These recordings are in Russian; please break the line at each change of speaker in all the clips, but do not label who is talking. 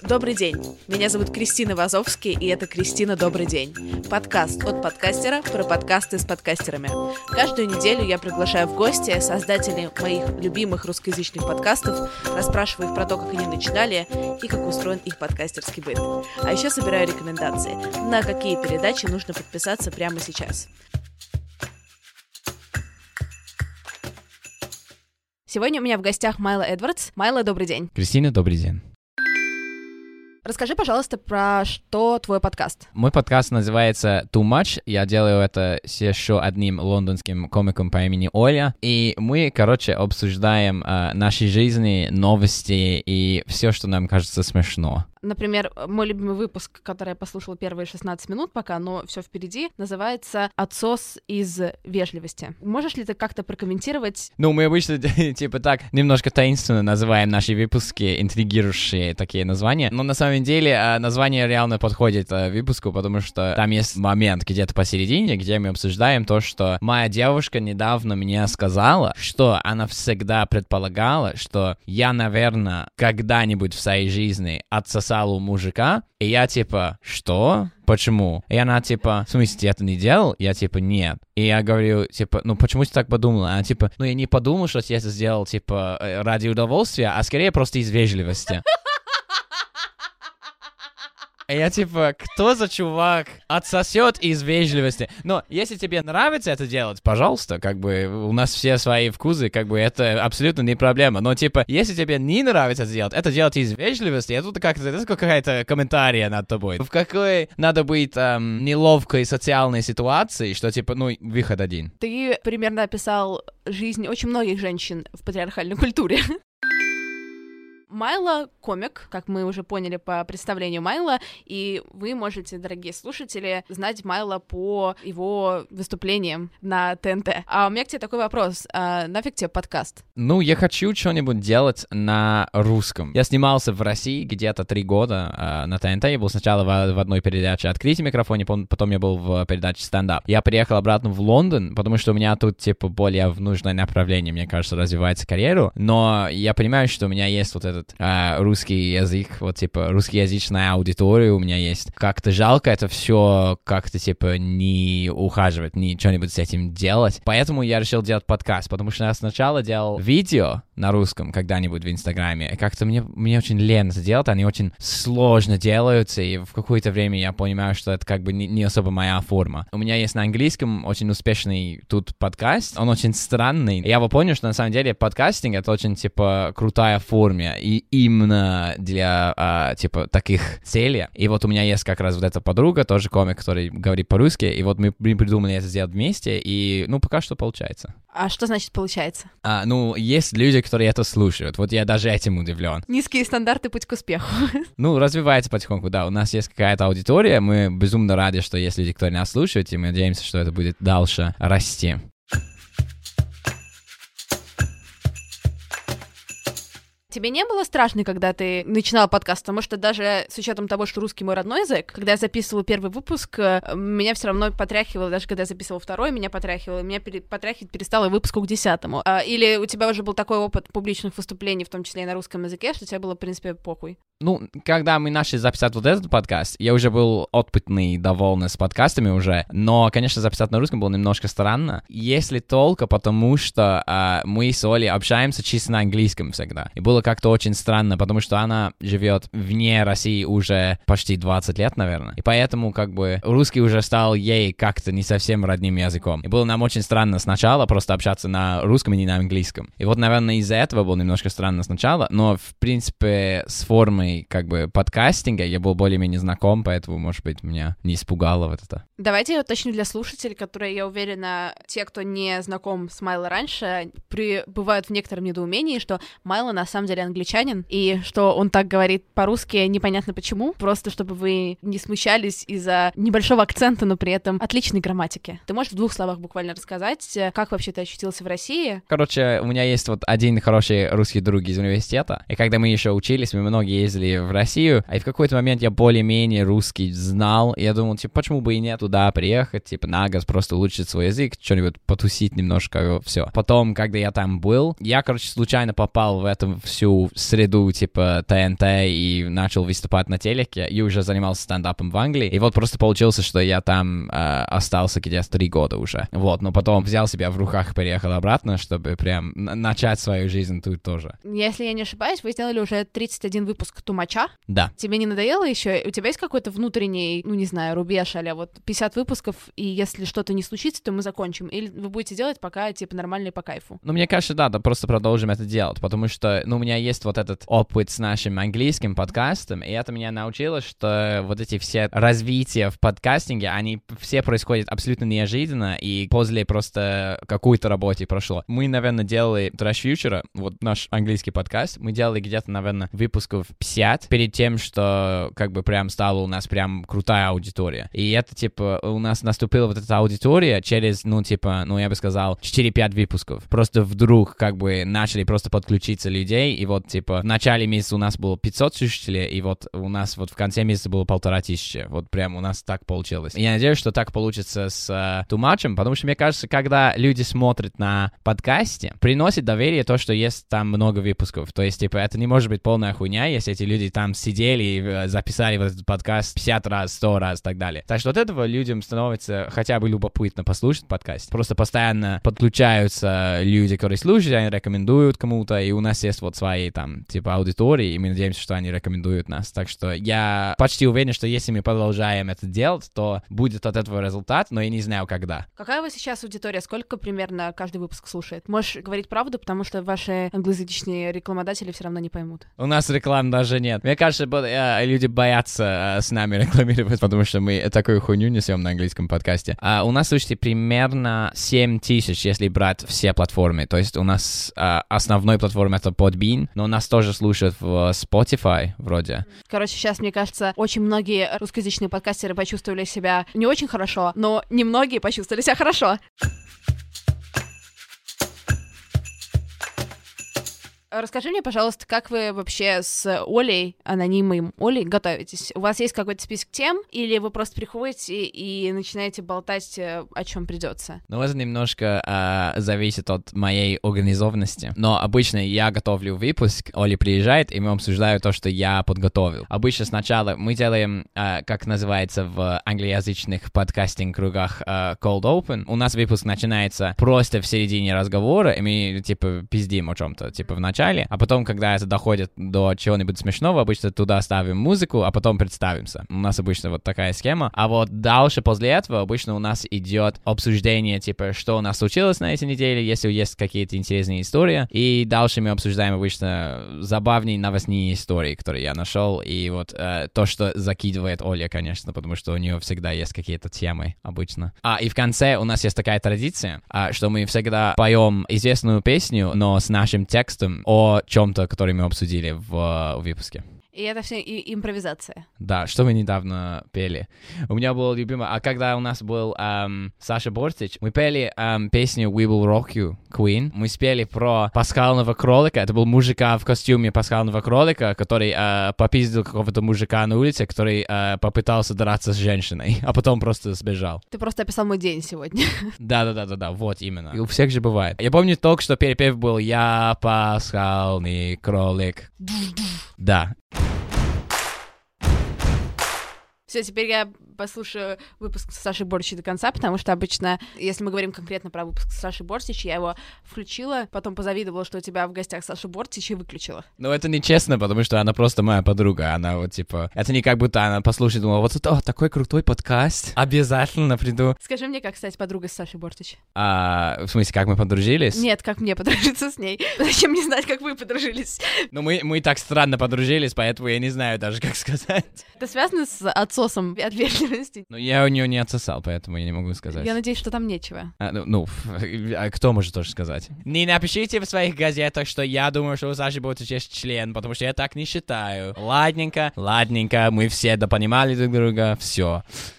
Добрый день, меня зовут Кристина Вазовский, и это «Кристина, добрый день». Подкаст от подкастера про подкасты с подкастерами. Каждую неделю я приглашаю в гости создателей моих любимых русскоязычных подкастов, расспрашиваю их про то, как они начинали и как устроен их подкастерский быт. А еще собираю рекомендации, на какие передачи нужно подписаться прямо сейчас. Сегодня у меня в гостях Майла Эдвардс. Майла, добрый день.
Кристина, добрый день.
Расскажи, пожалуйста, про что твой подкаст?
Мой подкаст называется Too Much. Я делаю это с еще одним лондонским комиком по имени Оля. И мы, обсуждаем наши жизни, новости и все, что нам кажется смешно.
Например, мой любимый выпуск, который я послушала первые 16 минут пока, но все впереди, называется «Отсос из вежливости». Можешь ли ты как-то прокомментировать?
Мы обычно, немножко таинственно называем наши выпуски, интригирующие такие названия. Но на самом деле название реально подходит выпуску, потому что там есть момент где-то посередине, где мы обсуждаем то, что моя девушка недавно мне сказала, что она всегда предполагала, что я, наверное, когда-нибудь в своей жизни отсосал у мужика, и я что? Почему? И она в смысле, ты это не делал? Я нет. И я говорю, почему ты так подумала? Она я не подумал, что я это сделал, ради удовольствия, а скорее просто из вежливости. Я кто за чувак отсосет из вежливости? Но если тебе нравится это делать, пожалуйста, у нас все свои вкусы, это абсолютно не проблема. Но если тебе не нравится это делать из вежливости, это какая-то комментария над тобой. В какой надо быть неловкой социальной ситуации, что выход один.
Ты примерно описал жизнь очень многих женщин в патриархальной культуре. Майла — комик, как мы уже поняли по представлению Майла, и вы можете, дорогие слушатели, знать Майла по его выступлениям на ТНТ. А у меня к тебе такой вопрос. Нафиг тебе подкаст?
Я хочу что-нибудь делать на русском. Я снимался в России где-то 3 года на ТНТ. Я был сначала в одной передаче «Открытие микрофона», потом я был в передаче «Стендап». Я приехал обратно в Лондон, потому что у меня тут, более в нужное направление, мне кажется, развивается карьеру. Но я понимаю, что у меня есть этот русский язык, русскоязычная аудитория у меня есть. Как-то жалко это все как-то не ухаживать, не что-нибудь с этим делать. Поэтому я решил делать подкаст, потому что я сначала делал видео на русском когда-нибудь в Инстаграме. Как-то мне очень лень это делать, они очень сложно делаются, и в какое-то время я понимаю, что это не особо моя форма. У меня есть на английском очень успешный тут подкаст, он очень странный. Я понял, что на самом деле подкастинг — это очень, крутая форма, и именно для, таких целей. И вот у меня есть как раз вот эта подруга, тоже комик, который говорит по-русски, и вот мы придумали это сделать вместе, и, пока что получается.
А что значит получается?
Есть люди, которые это слушают. Вот я даже этим удивлен.
Низкие стандарты — путь к успеху.
Развивается потихоньку, да. У нас есть какая-то аудитория, мы безумно рады, что есть люди, которые нас слушают, и мы надеемся, что это будет дальше расти.
Тебе не было страшно, когда ты начинала подкаст? Потому что даже с учетом того, что русский мой родной язык, когда я записывала первый выпуск, меня все равно потряхивало, даже когда я записывала второй, меня потряхивало, меня потряхивать перестало выпуску к 10-му. Или у тебя уже был такой опыт публичных выступлений, в том числе и на русском языке, что тебе было, в принципе, похуй?
Когда мы начали записать вот этот подкаст, я уже был опытный, довольный с подкастами уже, но, конечно, записать на русском было немножко странно, если только потому, что мы с Олей общаемся чисто на английском всегда. И было как-то очень странно, потому что она живет вне России уже почти 20 лет, наверное. И поэтому, русский уже стал ей как-то не совсем родным языком. И было нам очень странно сначала просто общаться на русском и не на английском. И вот, наверное, из-за этого было немножко странно сначала, но, в принципе, с формой подкастинга я был более-менее знаком, поэтому, может быть, меня не испугало вот это.
Давайте я уточню для слушателей, которые, я уверена, те, кто не знаком с Майло раньше, пребывают в некотором недоумении, что Майло на самом деле англичанин, и что он так говорит по-русски непонятно почему, просто чтобы вы не смущались из-за небольшого акцента, но при этом отличной грамматики. Ты можешь в 2 словах буквально рассказать, как вообще ты очутился в России?
У меня есть вот один хороший русский друг из университета, и когда мы еще учились, мы много ездили в Россию, и в какой-то момент я более-менее русский знал, и я думал, почему бы и нет туда приехать, типа, на год просто улучшить свой язык, что-нибудь потусить немножко, все. Потом, когда я там был, я, короче, случайно попал в эту всю среду, типа, ТНТ и начал выступать на телеке, и уже занимался стендапом в Англии. И вот просто получилось, что я там остался где-то 3 года уже. Вот, но потом взял себя в руках и переехал обратно, чтобы прям начать свою жизнь тут тоже.
Если я не ошибаюсь, вы сделали уже 31 выпуск Тумача.
Да.
Тебе не надоело еще? У тебя есть какой-то внутренний, ну не знаю, рубеж, а-ля вот 50 выпусков, и если что-то не случится, то мы закончим? Или вы будете делать пока, типа, нормально и по кайфу?
Ну, мне кажется, да, просто продолжим это делать, потому что, ну, у меня есть вот этот опыт с нашим английским подкастом, и это меня научило, что вот эти все развития в подкастинге, они все происходят абсолютно неожиданно, и после просто какой-то работы прошло. Мы, наверное, делали Trash Future, вот наш английский подкаст, мы делали где-то, наверное, выпусков 50 перед тем, что как бы прям стала у нас прям крутая аудитория. И это, типа, у нас наступила вот эта аудитория через, ну, типа, ну, я бы сказал, 4-5 выпусков. Просто вдруг, как бы, начали просто подключиться людей, и вот, типа, в начале месяца у нас было 500 слушателей, и вот у нас вот в конце месяца было 1500. Вот прям у нас так получилось. Я надеюсь, что так получится с Too Much, потому что, мне кажется, когда люди смотрят на подкасте, приносит доверие то, что есть там много выпусков. То есть, типа, это не может быть полная хуйня, если эти люди там сидели и записали вот этот подкаст 50 раз, 100 раз и так далее. Так что от этого людям становится хотя бы любопытно послушать подкаст. Просто постоянно подключаются люди, которые слушают, они рекомендуют кому-то, и у нас есть вот свои там, типа, аудитории, и мы надеемся, что они рекомендуют нас. Так что я почти уверен, что если мы продолжаем это делать, то будет от этого результат, но я не знаю, когда.
Какая у вас сейчас аудитория? Сколько примерно каждый выпуск слушает? Можешь говорить правду, потому что ваши англоязычные рекламодатели все равно не поймут.
У нас реклам даже нет. Мне кажется, люди боятся с нами рекламировать, потому что мы такую хуйню несем на английском подкасте. У нас, слушайте, примерно 7000, если брать все платформы. То есть у нас основной платформа это Podbean, но нас тоже слушают в Spotify вроде.
Короче, сейчас, мне кажется, очень многие русскоязычные подкастеры почувствовали себя не очень хорошо, но немногие почувствовали себя хорошо. Расскажи мне, пожалуйста, как вы вообще с Олей, анонимом Олей, готовитесь? У вас есть какой-то список тем, или вы просто приходите и начинаете болтать, о чем придется?
Ну, это немножко зависит от моей организованности. Но обычно я готовлю выпуск, Оля приезжает, и мы обсуждаем то, что я подготовил. Обычно сначала мы делаем, как называется в англоязычных подкастинг-кругах, cold open. У нас выпуск начинается просто в середине разговора, и мы, типа, пиздим о чем-то, типа, в начале. А потом, когда это доходит до чего-нибудь смешного, обычно туда ставим музыку, а потом представимся. У нас обычно вот такая схема. А вот дальше после этого обычно у нас идет обсуждение, типа, что у нас случилось на этой неделе, если есть какие-то интересные истории. И дальше мы обсуждаем обычно забавные новостные истории, которые я нашел. И вот то, что закидывает Оля, конечно, потому что у нее всегда есть какие-то темы обычно. И в конце у нас есть такая традиция, что мы всегда поем известную песню, но с нашим текстом о чем-то, который мы обсудили в выпуске.
И это все импровизация.
Да, что мы недавно пели. У меня было любимое... А когда у нас был Саша Бортич, мы пели песню We Will Rock You, Queen. Мы спели про пасхального кролика. Это был мужика в костюме пасхального кролика, который попиздил какого-то мужика на улице, который попытался драться с женщиной, а потом просто сбежал.
Ты просто описал мой день сегодня.
Да, вот именно. И у всех же бывает. Я помню только, что перепев был «Я пасхальный кролик». Да.
Все, теперь я послушаю выпуск с Сашей Бортич до конца, потому что обычно, если мы говорим конкретно про выпуск с Сашей Бортич, я его включила, потом позавидовала, что у тебя в гостях Саша Бортич, и выключила.
Ну, это нечестно, потому что она просто моя подруга. Она вот, типа... Это не как будто она послушает, думала, вот это такой крутой подкаст, обязательно приду.
Скажи мне, как стать подругой с Сашей Бортич?
В смысле, как мы подружились?
Нет, как мне подружиться с ней. Зачем мне знать, как вы подружились?
Ну, мы так странно подружились, поэтому я не знаю даже, как сказать.
Это связано с отсосом от вежливости?
Ну, я у нее не отсосал, поэтому я не могу сказать.
Я надеюсь, что там нечего.
Кто может тоже сказать? Не напишите в своих газетах, что я думаю, что у Саши Бортич есть член, потому что я так не считаю. Ладненько, мы все допонимали друг друга, все.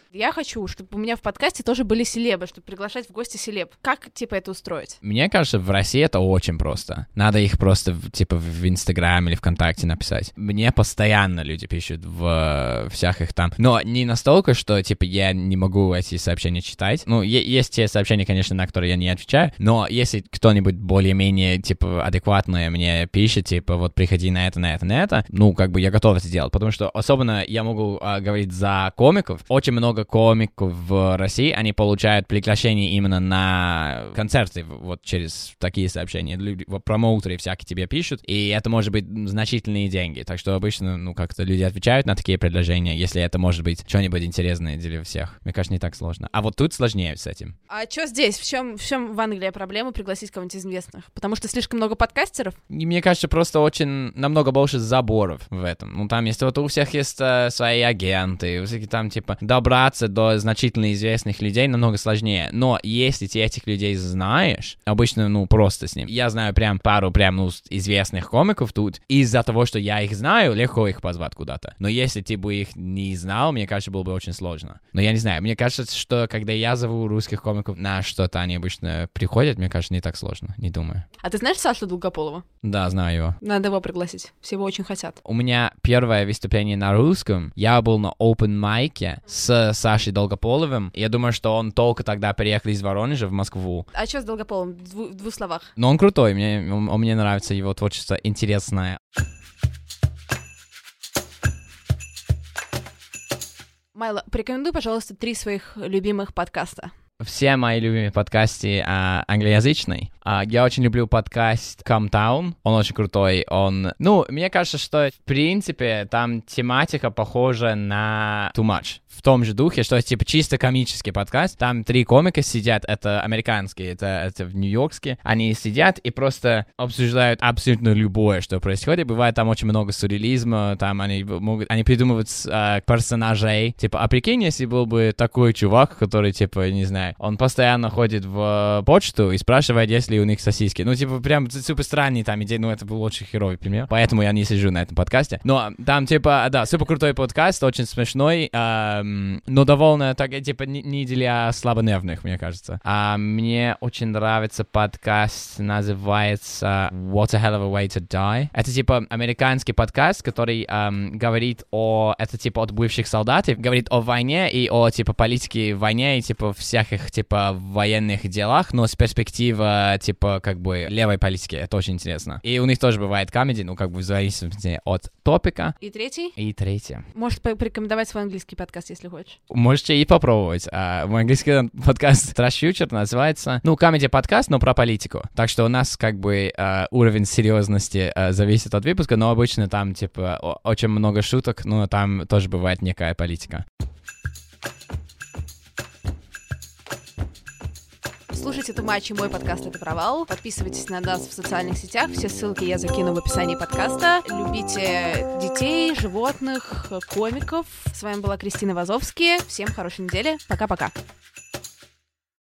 Я хочу, чтобы у меня в подкасте тоже были селебы, чтобы приглашать в гости селеб. Как, типа, это устроить?
Мне кажется, в России это очень просто. Надо их просто, типа, в Инстаграме или ВКонтакте написать. Мне постоянно люди пишут в всяких там... Но не настолько, что, типа, я не могу эти сообщения читать. Ну, есть те сообщения, конечно, на которые я не отвечаю, но если кто-нибудь более-менее, типа, адекватное мне пишет, типа, вот приходи на это, ну, как бы я готов это сделать, потому что особенно я могу говорить за комиков. Очень много комиков в России, они получают приглашение именно на концерты вот через такие сообщения. Люди, промоутеры всякие тебе пишут, и это может быть значительные деньги. Так что обычно, ну, как-то люди отвечают на такие предложения, если это может быть что-нибудь интересное для всех. Мне кажется, не так сложно. А вот тут сложнее с этим.
А что здесь? В чем в Англии проблема пригласить кого-нибудь из известных? Потому что слишком много подкастеров?
И мне кажется, просто очень намного больше заборов в этом. Ну, там есть вот у всех есть свои агенты, у всех там, типа, добраться до значительно известных людей намного сложнее. Но если ты этих людей знаешь, обычно, ну, просто с ним. Я знаю пару известных комиков тут. Из-за того, что я их знаю, легко их позвать куда-то. Но если ты бы их не знал, мне кажется, было бы очень сложно. Но я не знаю, мне кажется, что когда я зову русских комиков на что-то, они обычно приходят, мне кажется, не так сложно, не думаю.
А ты знаешь Сашу Долгополова?
Да, знаю его.
Надо его пригласить, все его очень хотят.
У меня первое выступление на русском, я был на open майке с Сашей Долгополовым. Я думаю, что он только тогда переехал из Воронежа в Москву.
А что с Долгополовым? В двух словах.
Но он крутой, мне нравится его творчество, интересное.
Майло, порекомендуй, пожалуйста, 3 своих любимых подкаста.
Все мои любимые подкасты англоязычные. Я очень люблю подкаст Come Town. Он очень крутой. Мне кажется, что в принципе там тематика похожа на Too Much. В том же духе, что типа чисто комический подкаст. Там 3 комика сидят, это американские, это в Нью-Йоркске. Они сидят и просто обсуждают абсолютно любое, что происходит. Бывает там очень много сюрреализма, там они придумывают персонажей. Типа, а прикинь, если был бы такой чувак, который, типа, не знаю, он постоянно ходит в почту и спрашивает, есть ли у них сосиски. Ну, типа, прям супер странный там идея, это был очень херовый пример. Поэтому я не сижу на этом подкасте. Но там, типа, да, супер крутой подкаст, очень смешной, но довольно, так, типа, не для слабонервных, мне кажется. Мне очень нравится подкаст, называется What a Hell of a Way to Die. Это, типа, американский подкаст, который говорит это, типа, от бывших солдат, говорит о войне и о, типа, политике в войне и, типа, всяких, типа, военных делах, но с перспективы, типа, как бы, левой политики. Это очень интересно. И у них тоже бывает комедий, ну, как бы, в зависимости от топика.
И третий?
И третий.
Можешь порекомендовать свой английский подкаст, если хочешь.
Можете и попробовать. Мой английский подкаст Trash Future называется, комедий-подкаст, но про политику. Так что у нас, как бы, уровень серьезности зависит от выпуска, но обычно там, типа, очень много шуток, но там тоже бывает некая политика.
Слушайте «Это матч» и мой подкаст «Это провал». Подписывайтесь на нас в социальных сетях. Все ссылки я закину в описании подкаста. Любите детей, животных, комиков. С вами была Кристина Вазовски. Всем хорошей недели. Пока-пока.